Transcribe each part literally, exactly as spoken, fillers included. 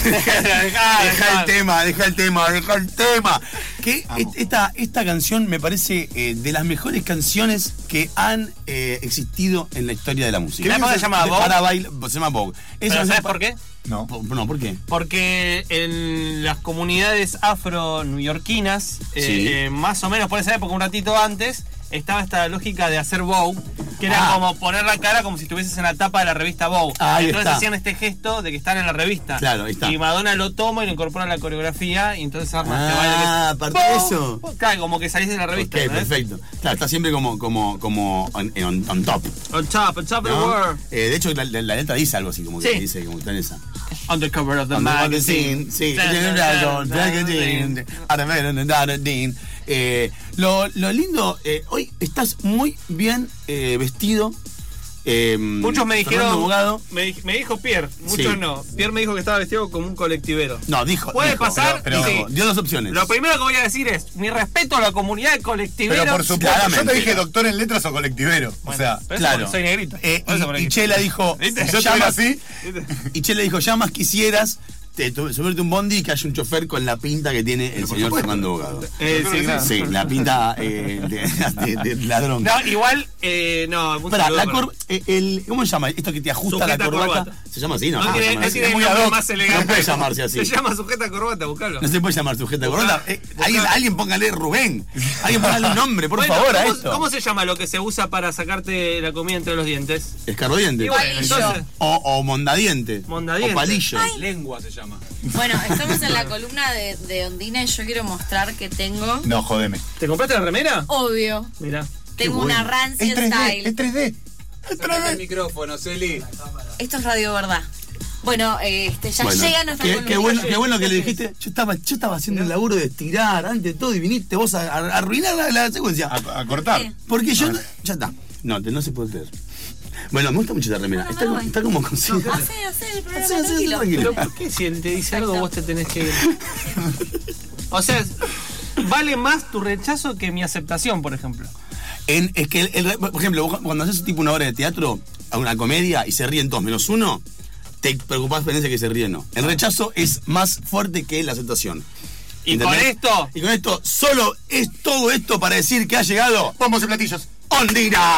deja, deja, deja el tema, deja el tema, deja el tema. Que esta, esta canción me parece eh, de las mejores canciones que han eh, existido en la historia de la música. ¿Qué se llama Vogue? Para bailar, se llama Vogue. ¿Sabes por qué? No. No, ¿por qué? Porque en las comunidades afro-neoyorquinas, eh, Sí. eh, más o menos por esa época, un ratito antes, estaba esta lógica de hacer Vogue, que era Ah. como poner la cara como si estuvieses en la tapa de la revista Vogue. Ahí entonces está. hacían este gesto de que están en la revista. Claro, ahí está. Y Madonna lo toma y lo incorpora a la coreografía y entonces arma Ah, este baile que es aparte de Vogue. eso. Claro, como que salís de la revista. Ok, ¿no ves? perfecto. Claro, está siempre como, como, como on, on, on top. On top, on top of the ¿no? world. Eh, de hecho, la, la, la letra dice algo así, como que Sí. dice, como que está en esa. On the cover of the On the magazine. Sí. Dun, dun, dun, dun, dun. Eh, lo, lo lindo, eh, hoy estás muy bien eh, vestido. Eh, Muchos me Fernando dijeron, Bogado. me, me dijo Pierre, muchos Sí. no. Pierre me dijo que estaba vestido como un colectivero. No, dijo. Puede dijo, pasar, pero, pero sí. dijo, dio dos opciones. Lo primero que voy a decir es mi respeto a la comunidad de colectiveros. Pero por supuesto, yo claramente. te dije doctor en letras o colectivero. Bueno, o sea, pero eso claro. porque soy negrito. Eh, Por eso y, porque- y Chela dijo, ¿Viste? si yo ya estuviera más- así, y Chela dijo, ya más quisieras te, tu- subirte un bondi y que haya un chofer con la pinta que tiene el señor Fernando Bogado. Eh, sí, claro. Sí, la pinta eh, de, de- de ladrón. No, igual, eh, no. un Pará, saludo, la pero- cor- eh, el, ¿cómo se llama? Esto que te ajusta Sujeta la corbata. corbata. ¿Se llama así? No, No, no, tiene, se llama no así. tiene Es muy nombre ad hoc. más elegante. No puede llamarse así. Se llama sujeta corbata, buscalo. No se puede llamar sujeta Buscá- corbata. Eh, buscá- alguien, alguien póngale Rubén. Alguien póngale un nombre, por Bueno, favor, a ¿cómo, esto. ¿Cómo se llama lo que se usa para sacarte la comida entre los dientes? Escarbodiente. Y bueno, Palillo. entonces, O, o mondadiente. Mondadiente. O palillo. Lengua se llama. Bueno, estamos en la columna de, de Ondina y yo quiero mostrar que tengo, no, jodeme. ¿te compraste la remera? obvio, Mira. tengo bueno. una Es Rancid tres D, Style. es tres D. Sácate el micrófono, Celi. Esto es Radio Verdad. Bueno, este, ya Bueno, llega nuestra qué, columna. qué bueno, qué bueno que le dijiste. Yo estaba, yo estaba haciendo el laburo de estirar antes de todo y viniste vos a, a arruinar la, la secuencia. A, a cortar. Sí. Porque yo. Ya está. No, te- no se puede creer. Bueno, me gusta mucho esta remera. Bueno, Está, como- bueno. está como cosida. Hace, hace el programa Hacé, hacé, tranquilo. tranquilo. Pero ¿por qué si él te dice algo vos te tenés que ir? O sea, vale más tu rechazo que mi aceptación, por ejemplo. En- es que, el- el- por ejemplo, vos cuando haces tipo una obra de teatro, a una comedia y se ríen todos menos uno, te preocupás pensar que se ríen no. El rechazo es más fuerte que la aceptación. Y ¿Entendés? con esto, Y con esto, solo es todo esto para decir que ha llegado Bombos y platillos. Ondina.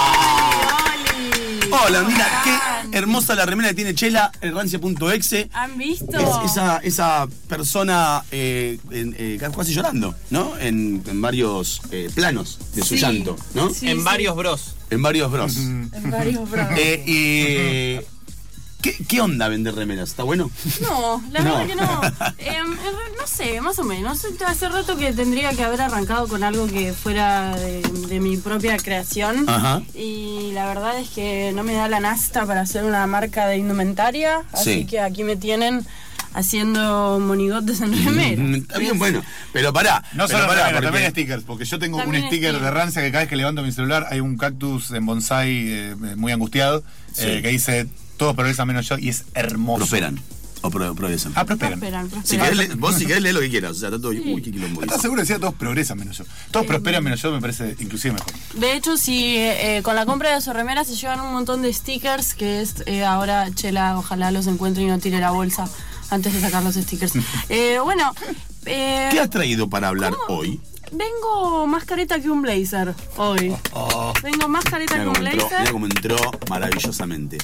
Oli. Hola, Ondina, Bacán. qué hermosa la remera que tiene Chela, el rancia punto exe. ¿Han visto? Es esa, esa persona eh, en, eh, casi llorando, ¿no? En, en varios eh, planos de su Sí. llanto, ¿no? Sí, en sí. varios bros. En varios bros. En varios bravos. Eh, y, ¿qué, ¿Qué onda vender remeras? ¿Está bueno? No, la No. verdad que no. Eh, no sé, más o menos. Hace rato que tendría que haber arrancado con algo que fuera de, de mi propia creación. Ajá. Y la verdad es que no me da la nasta para hacer una marca de indumentaria. Así Sí. que aquí me tienen haciendo monigotes en remera. Mm, Está bien, bueno. Pero pará. No pero solo pará, remera, porque- también stickers, porque yo tengo También un sticker sticker. de Rancia que cada vez que levanto mi celular hay un cactus en bonsai eh, muy angustiado Sí. eh, que dice todos progresan menos yo y es hermoso. prosperan. O pro- progresan. Ah, prosperan. Prosperan, Si prosperan. querés, le- vos si querés leer lo que quieras. O sea, está todo. Uy, qué quilombo. ¿Estás seguro que decía todos progresan menos yo? Todos prosperan menos yo me parece inclusive mejor. De hecho, si eh, con la compra de su remera se llevan un montón de stickers, que es eh, ahora Chela, ojalá los encuentre y no tire la bolsa antes de sacar los stickers. Eh, bueno, eh, ¿Qué has traído para hablar ¿cómo? hoy? vengo más careta que un blazer hoy. Oh, Vengo más careta mira que un cómo entró, mira blazer. cómo entró maravillosamente.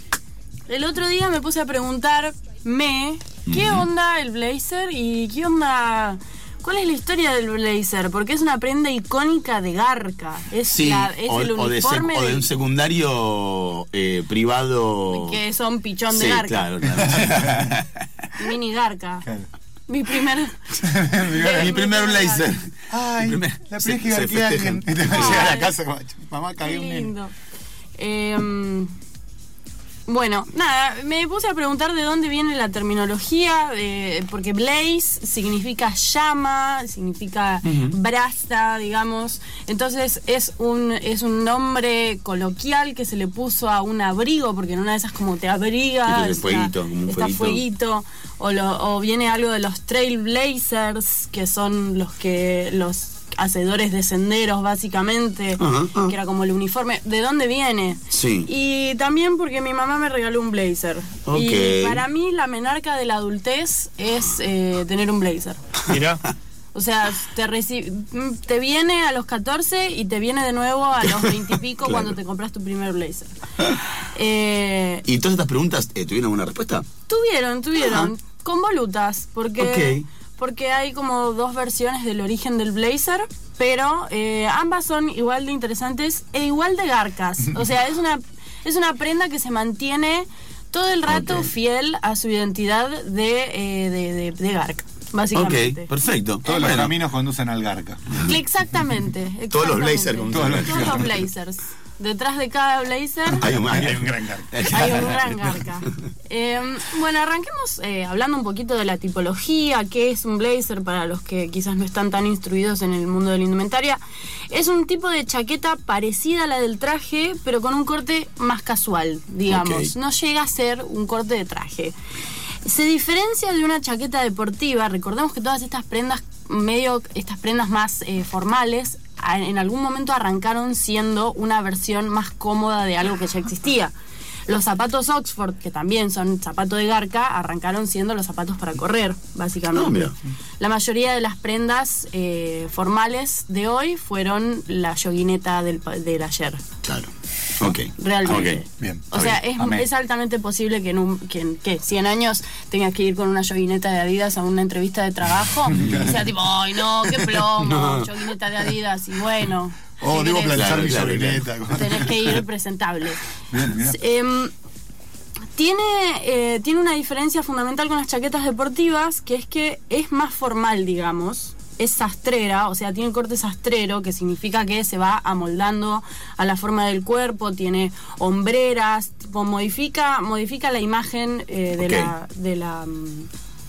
El otro día me puse a preguntarme qué onda el blazer y qué onda... ¿Cuál es la historia del blazer? Porque es una prenda icónica de Garca. Es, Sí, la- es o, el o de sec- uniforme o de del- un secundario eh, privado. que son pichón de Sí, Garca. claro, claro. Mini Garca. Mi primer... Mi primer blazer. Ay, Mi primer- la se- primera se que garqué a alguien. festejan. Y te va a llegar a Ay. casa como, mamá, Qué cagué un nene. lindo. Eh, bueno, nada, me puse a preguntar de dónde viene la terminología, eh, porque blaze significa llama, significa brasa, digamos. Entonces es un es un nombre coloquial que se le puso a un abrigo, porque en una de esas como te abrigas, Sí, porque fueguito, como un está fueguito. fueguito, o, lo, o viene algo de los trailblazers, que son los que los hacedores de senderos, básicamente, Ajá, ajá. que era como el uniforme. ¿De dónde viene? Sí. Y también porque mi mamá me regaló un blazer. Ok. Y para mí la menarca de la adultez es eh, tener un blazer. Mirá. O sea, te, reci- te viene a los catorce y te viene de nuevo a los veinte y pico Claro. cuando te compras tu primer blazer. Eh, ¿Y todas estas preguntas eh, tuvieron alguna respuesta? tuvieron, tuvieron. Ajá. Con volutas, porque, Ok. porque hay como dos versiones del origen del blazer, pero eh, ambas son igual de interesantes e igual de garcas. O sea, es una, es una prenda que se mantiene todo el rato Ok. fiel a su identidad de, eh, de, de, de garca, básicamente. Ok, perfecto. Todos los Bueno, caminos conducen al Garca. Exactamente, exactamente. Todos los blazers con- Todos los- Todos los blazers. Detrás de cada blazer hay un, Hay un gran Garca. hay un gran garca. Eh, bueno, arranquemos eh, hablando un poquito de la tipología, qué es un blazer para los que quizás no están tan instruidos en el mundo de la indumentaria. Es un tipo de chaqueta parecida a la del traje, pero con un corte más casual, digamos. Ok. No llega a ser un corte de traje. Se diferencia de una chaqueta deportiva. Recordemos que todas estas prendas, medio estas prendas más eh, formales, a- en algún momento arrancaron siendo una versión más cómoda de algo que ya existía. Los zapatos Oxford, que también son zapatos de garca, arrancaron siendo los zapatos para correr, básicamente. Ah, mira. La mayoría de las prendas eh, formales de hoy fueron la yoguineta del, pa- del ayer. Claro. Ok. Realmente. Ok. Bien. O sea, es, Amén. es altamente posible que en, un, que en ¿qué? cien años tengas que ir con una yoguineta de Adidas a una entrevista de trabajo y sea tipo, ¡ay no, qué plomo! No. Yoguineta de Adidas y bueno. Oh, ¿qué debo querés? planchar Claro, mi claro, sobrineta. Tenés que ir presentable. Bien, bien. Em, tiene, eh, tiene una diferencia fundamental con las chaquetas deportivas, que es que es más formal, digamos. Es sastrera, o sea, tiene corte sastrero, que significa que se va amoldando a la forma del cuerpo, tiene hombreras, tipo, modifica, modifica la imagen eh, de Ok. la... De la mm,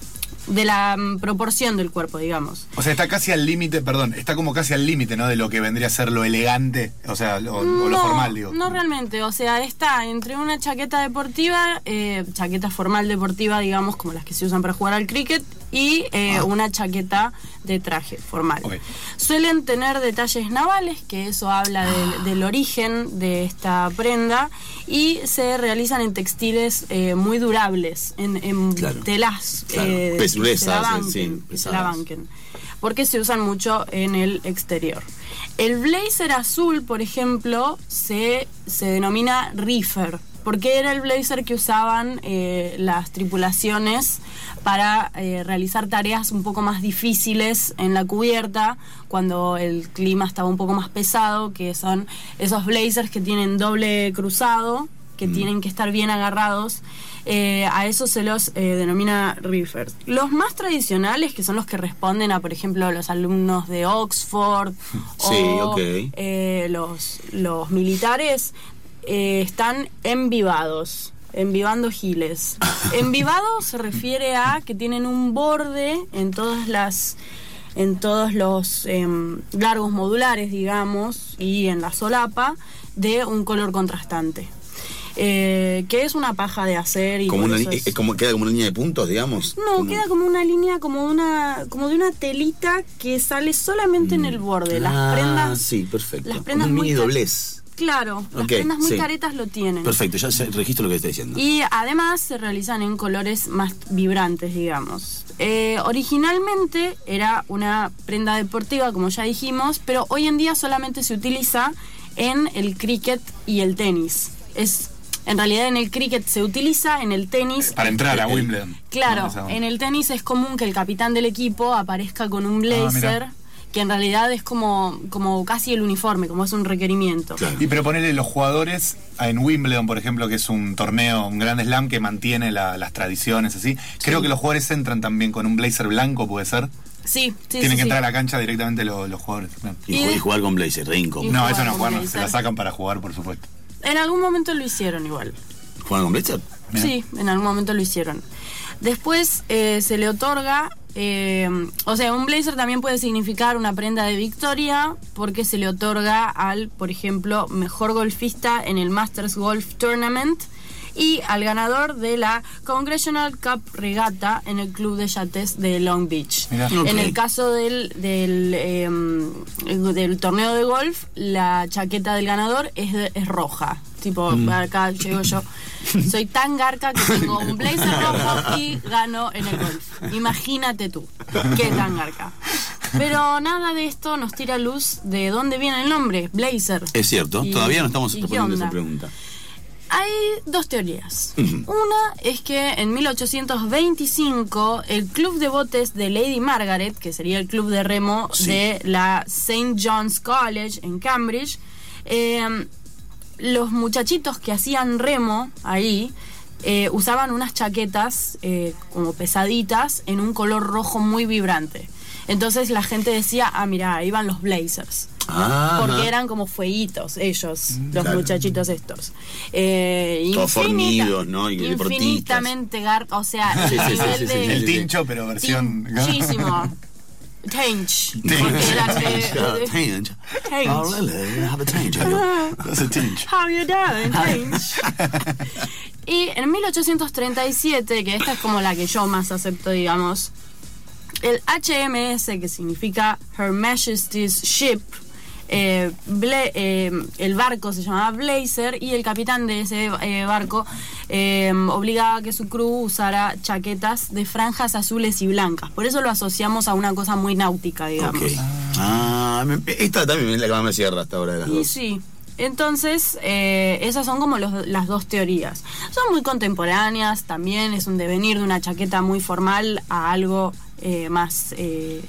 de la mm, proporción del cuerpo, digamos. O sea, está casi al límite, perdón, está como casi al límite, ¿no? De lo que vendría a ser lo elegante, o sea, lo- o, lo No, formal, digo. No realmente, o sea, está entre una chaqueta deportiva, eh, chaqueta formal deportiva, digamos, como las que se usan para jugar al cricket, y eh, Ah. una chaqueta de traje formal. Ok. Suelen tener detalles navales, que eso habla del, del origen de esta prenda, y se realizan en textiles eh, muy durables, en, en Claro. telas Claro. eh, Pues que gruesas, se la banquen, sí, que se la pesadas. banquen, porque se usan mucho en el exterior. El blazer azul, por ejemplo, se, se denomina reefer, porque era el blazer que usaban eh, las tripulaciones para eh, realizar tareas un poco más difíciles en la cubierta, cuando el clima estaba un poco más pesado, que son esos blazers que tienen doble cruzado, que tienen que estar bien agarrados. Eh, a eso se los eh, denomina reefers. Los más tradicionales, que son los que responden a, por ejemplo, los alumnos de Oxford Sí, o ok. eh, los, los militares, eh, están envivados, envivando giles. Envivado se refiere a que tienen un borde en todas las en todos los em, largos modulares, digamos, y en la solapa de un color contrastante. Eh, que es una paja de hacer y Como por una, eso li- es- es como, queda como una línea de puntos, digamos. no, Como- queda como una línea, como una, como de una telita que sale solamente en el borde. Las Ah, prendas, sí, perfecto. las Como prendas un muy mini ca- doblez. claro, las Ok, prendas muy sí. caretas lo tienen. Perfecto, ya sé, registro lo que está diciendo. Y además se realizan en colores más vibrantes, digamos. Eh, originalmente era una prenda deportiva, como ya dijimos, pero hoy en día solamente se utiliza en el cricket y el tenis. Es En realidad en el cricket se utiliza, en el tenis... Para entrar a Wimbledon. Claro, No, esa onda. en el tenis es común que el capitán del equipo aparezca con un blazer, mirá. que en realidad es como, como casi el uniforme, como es un requerimiento. Claro. Y pero ponele los jugadores en Wimbledon, por ejemplo, que es un torneo, un Grand Slam que mantiene la- las tradiciones, así. Creo que los jugadores entran también con un blazer blanco, ¿puede ser? Sí, sí, Tienen sí, que sí. entrar a la cancha directamente los, los jugadores. Y, Y ju- de- y jugar con Blazer, re incómodo. Y- No, jugar eso no con juegan, no, se blazer. la sacan para jugar, por supuesto. En algún momento lo hicieron igual. ¿Jugar con Blazer? Mirá. Sí, en algún momento lo hicieron. Después eh, se le otorga, eh, o sea, un blazer también puede significar una prenda de victoria porque se le otorga al, por ejemplo, mejor golfista en el Masters Golf Tournament y al ganador de la Congressional Cup Regata en el club de yates de Long Beach. Mirá. En Ok. el caso del, del, eh, del torneo de golf, la chaqueta del ganador es, de- es roja. Tipo, acá llego yo. Soy tan garca que tengo un blazer rojo y gano en el golf. Imagínate tú, qué tan garca. Pero nada de esto nos tira luz de dónde viene el nombre, blazer. Es cierto, Y- todavía no estamos ¿y qué respondiendo onda? esa pregunta. Hay dos teorías. Una es que en mil ochocientos veinticinco el club de botes de Lady Margaret, que sería el club de remo Sí. de la Saint John's College en Cambridge, eh, los muchachitos que hacían remo ahí eh, usaban unas chaquetas eh, como pesaditas en un color rojo muy vibrante. Entonces la gente decía, ah, mira, ahí van los blazers. Ah, Porque eran como fueguitos ellos, los claro. muchachitos estos. Eh, Todos infinita- fornidos, ¿no? Y deportistas. infinitamente gar... O sea, Sí, el sí, sí, nivel sí, de... sí, El sí. tincho, pero versión. Muchísimo. Tinch. Tinch. Porque era que- Tinge. Tinge. Oh, really? Have a tinge. That's a tinge. How you doing, Tinch? Y en mil ochocientos treinta y siete, que esta es como la que yo más acepto, digamos, el H M S, que significa Her Majesty's Ship, eh, Bla- eh, el barco se llamaba Blazer y el capitán de ese eh, barco eh, obligaba a que su crew usara chaquetas de franjas azules y blancas. Por eso lo asociamos a una cosa muy náutica, digamos. Ok. Ah, me- esta también es la que más me cierra hasta ahora de las Y dos. sí. Entonces, eh, esas son como los- las dos teorías. Son muy contemporáneas, también es un devenir de una chaqueta muy formal a algo eh, más... eh,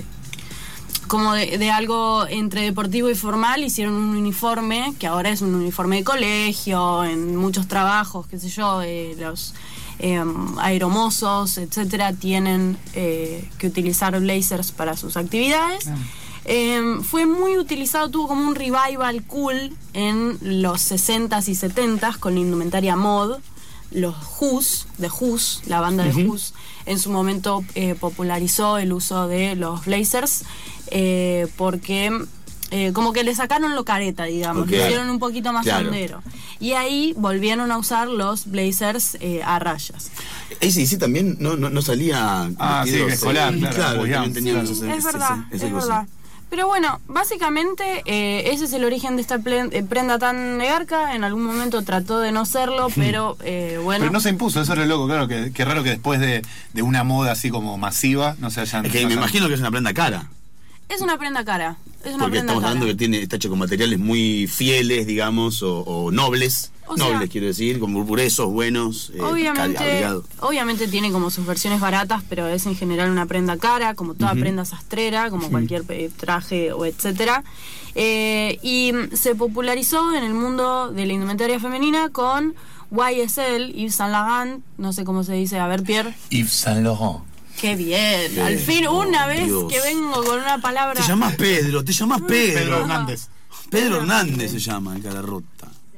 como de, de algo entre deportivo y formal, hicieron un uniforme, que ahora es un uniforme de colegio, en muchos trabajos, qué sé yo, eh, los eh, aeromozos, etcétera, tienen eh, que utilizar blazers para sus actividades. Eh, fue muy utilizado, tuvo como un revival cool en los sesentas y setentas con la indumentaria mod. Los Who's, The Who's, la banda de Who's, en su momento eh, popularizó el uso de los blazers eh, porque eh, como que le sacaron lo careta, digamos, Ok. le hicieron un poquito más Claro. sondero. Y ahí volvieron a usar los blazers eh, a rayas. A C D C también no, no, no salía. Ah, sí, vestidos, que escolar, eh, claro, claro, apoyado. también tenía Sí, esa- es esa- verdad, esa es cosa. verdad. Pero bueno, básicamente eh, ese es el origen de esta plen- eh, prenda tan negarca. En algún momento trató de no serlo, pero eh, bueno. Pero no se impuso, eso es lo loco, claro, que, que raro que después de, de una moda así como masiva no se hayan... Es que no me hayan- imagino que es una prenda cara. Es una prenda cara. Es una Porque prenda estamos cara. hablando que tiene, está hecho con materiales muy fieles, digamos, o, o nobles. O sea, nobles, quiero decir, como gruesos, buenos. eh, Obviamente, abrigados. obviamente tiene como sus versiones baratas, pero es en general una prenda cara, como toda prenda sastrera, como cualquier eh, traje o etcétera. Eh, y mm, se popularizó en el mundo de la indumentaria femenina con Y S L, Yves Saint Laurent, no sé cómo se dice, a ver, Pierre. Yves Saint Laurent. Qué bien, Qué- al fin oh, una vez Dios. que vengo con una palabra. Te llamas Pedro, te llamas Pedro. Pedro Hernández. Pedro Hernández se llama, el cara rota.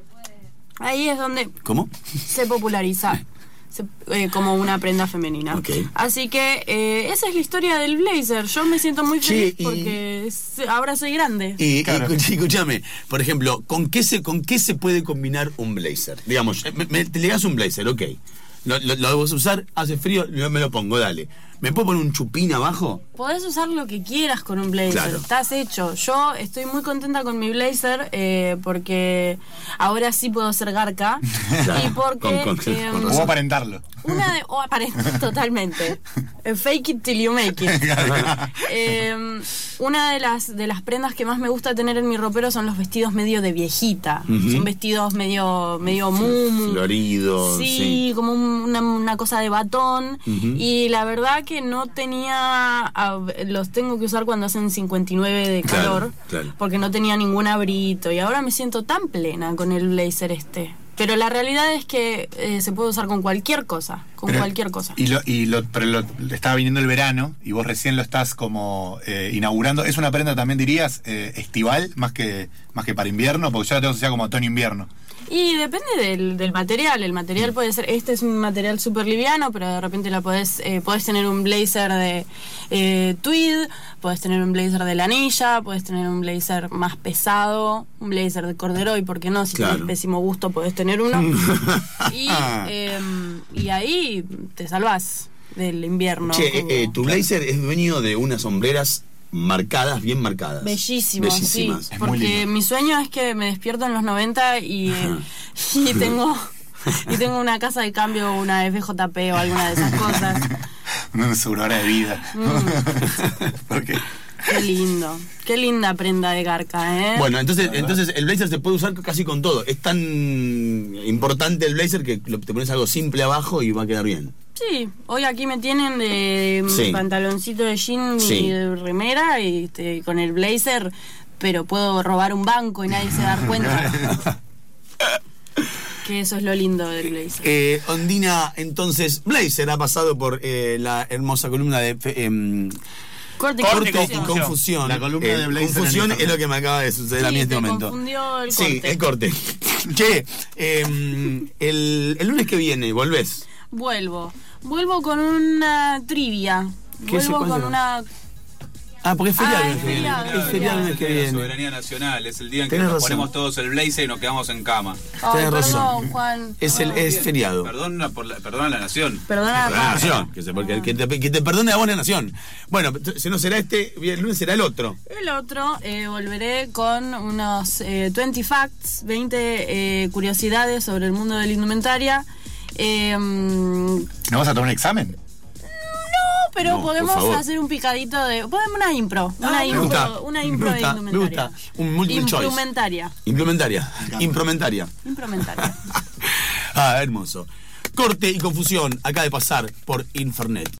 Ahí es donde ¿Cómo? se populariza se- eh, como una prenda femenina. Ok. Así que eh, esa es la historia del blazer. Yo me siento muy Che, feliz y- porque es- ahora soy grande. Y, y Claro. escuch- escúchame, por ejemplo, ¿con qué se con qué se puede combinar un blazer? Digamos, me, me- te legas un blazer, ok. Lo, lo, lo vas a usar, hace frío, no me lo pongo, dale. ¿Me puedo poner un chupín abajo? Podés usar lo que quieras con un blazer, Claro. estás hecho. Yo estoy muy contenta con mi blazer eh, porque ahora sí puedo ser garca. Claro. Y porque Con- con- eh, con O razón. aparentarlo. una de... o aparenta totalmente. Eh, Fake it till you make it. Eh, una de las de las prendas que más me gusta tener en mi ropero son los vestidos medio de viejita. Ujú. Son vestidos medio medio mumu. Florido, Sí, sí. como un- una, una cosa de batón. Ujú. Y la verdad que no tenía... a- los tengo que usar cuando hacen cincuenta y nueve de Claro, calor. claro. Porque no tenía ningún abrito. Y ahora me siento tan plena con el blazer este. Pero la realidad es que eh, se puede usar con cualquier cosa. Con Pero- cualquier cosa. Y lo, y lo, pero lo, estaba viniendo el verano y vos recién lo estás como eh, inaugurando. ¿Es una prenda también dirías eh, estival más que más que para invierno? Porque yo la tengo asociada como otoño-invierno. Y depende del, del material. El material puede ser, este es un material súper liviano, pero de repente la podés, eh, podés tener un blazer de eh, tweed, podés tener un blazer de lanilla, podés tener un blazer más pesado, un blazer de corduroy, ¿por qué no? Si Claro. tenés pésimo gusto podés tener uno. y, eh, y ahí te salvás del invierno. Che, como- eh, eh, tu blazer es dueño de unas sombreras marcadas, bien marcadas. Bellísimo, Bellísimas. sí. Es muy Porque lindo. mi sueño es que me despierto en los noventa y, eh, y tengo y tengo una casa de cambio, una F J P o alguna de esas cosas. Una aseguradora de vida. Mm. Porque Qué lindo. Qué linda prenda de garca, ¿eh? Bueno, entonces, entonces el blazer se puede usar casi con todo. Es tan importante el blazer que lo- te pones algo simple abajo y va a quedar bien. Sí, hoy aquí me tienen de Sí. pantaloncito de jean Sí. y de remera y este, con el blazer, pero puedo robar un banco y nadie se da cuenta. Que eso es lo lindo del blazer. Eh, Ondina, entonces, blazer ha pasado por eh, la hermosa columna de fe- em, Corte y corte y confusión. confusión. La columna Eh, de blazer confusión en es lo que me acaba de suceder a mí Sí, en este te momento. confundió el Sí, corte. el corte. Che, em, el, el lunes que viene, ¿volvés? Vuelvo. Vuelvo con una trivia. ¿Qué es- Vuelvo cuál con será? una... Ah, porque es feriado Ah, el es lunes que viene. feriado, Es feriado el lunes que Es la viene. soberanía nacional, es el día en que Tenés nos razón. ponemos todos el blazer y nos quedamos en cama. Ay, Tenés razón. perdón, Juan. Es, el, es feriado. Perdona, por la, perdona la nación. Perdona, La nación, que, se, porque, que, te, que te perdone a vos la nación. Bueno, si no será este, el lunes será el otro. El otro, eh, volveré con unos eh, veinte facts, veinte eh, curiosidades sobre el mundo de la indumentaria. Eh, no, ¿no vas a tomar un examen? pero No, por podemos favor. hacer un picadito de... Podemos una impro. Ah, Una me impro, gusta. una Me impro de gusta, me indumentaria. gusta. Un multiple choice. Implementaria. Implementaria. Implementaria. Implementaria. Ah, hermoso. Corte y confusión acaba de pasar por Infernet.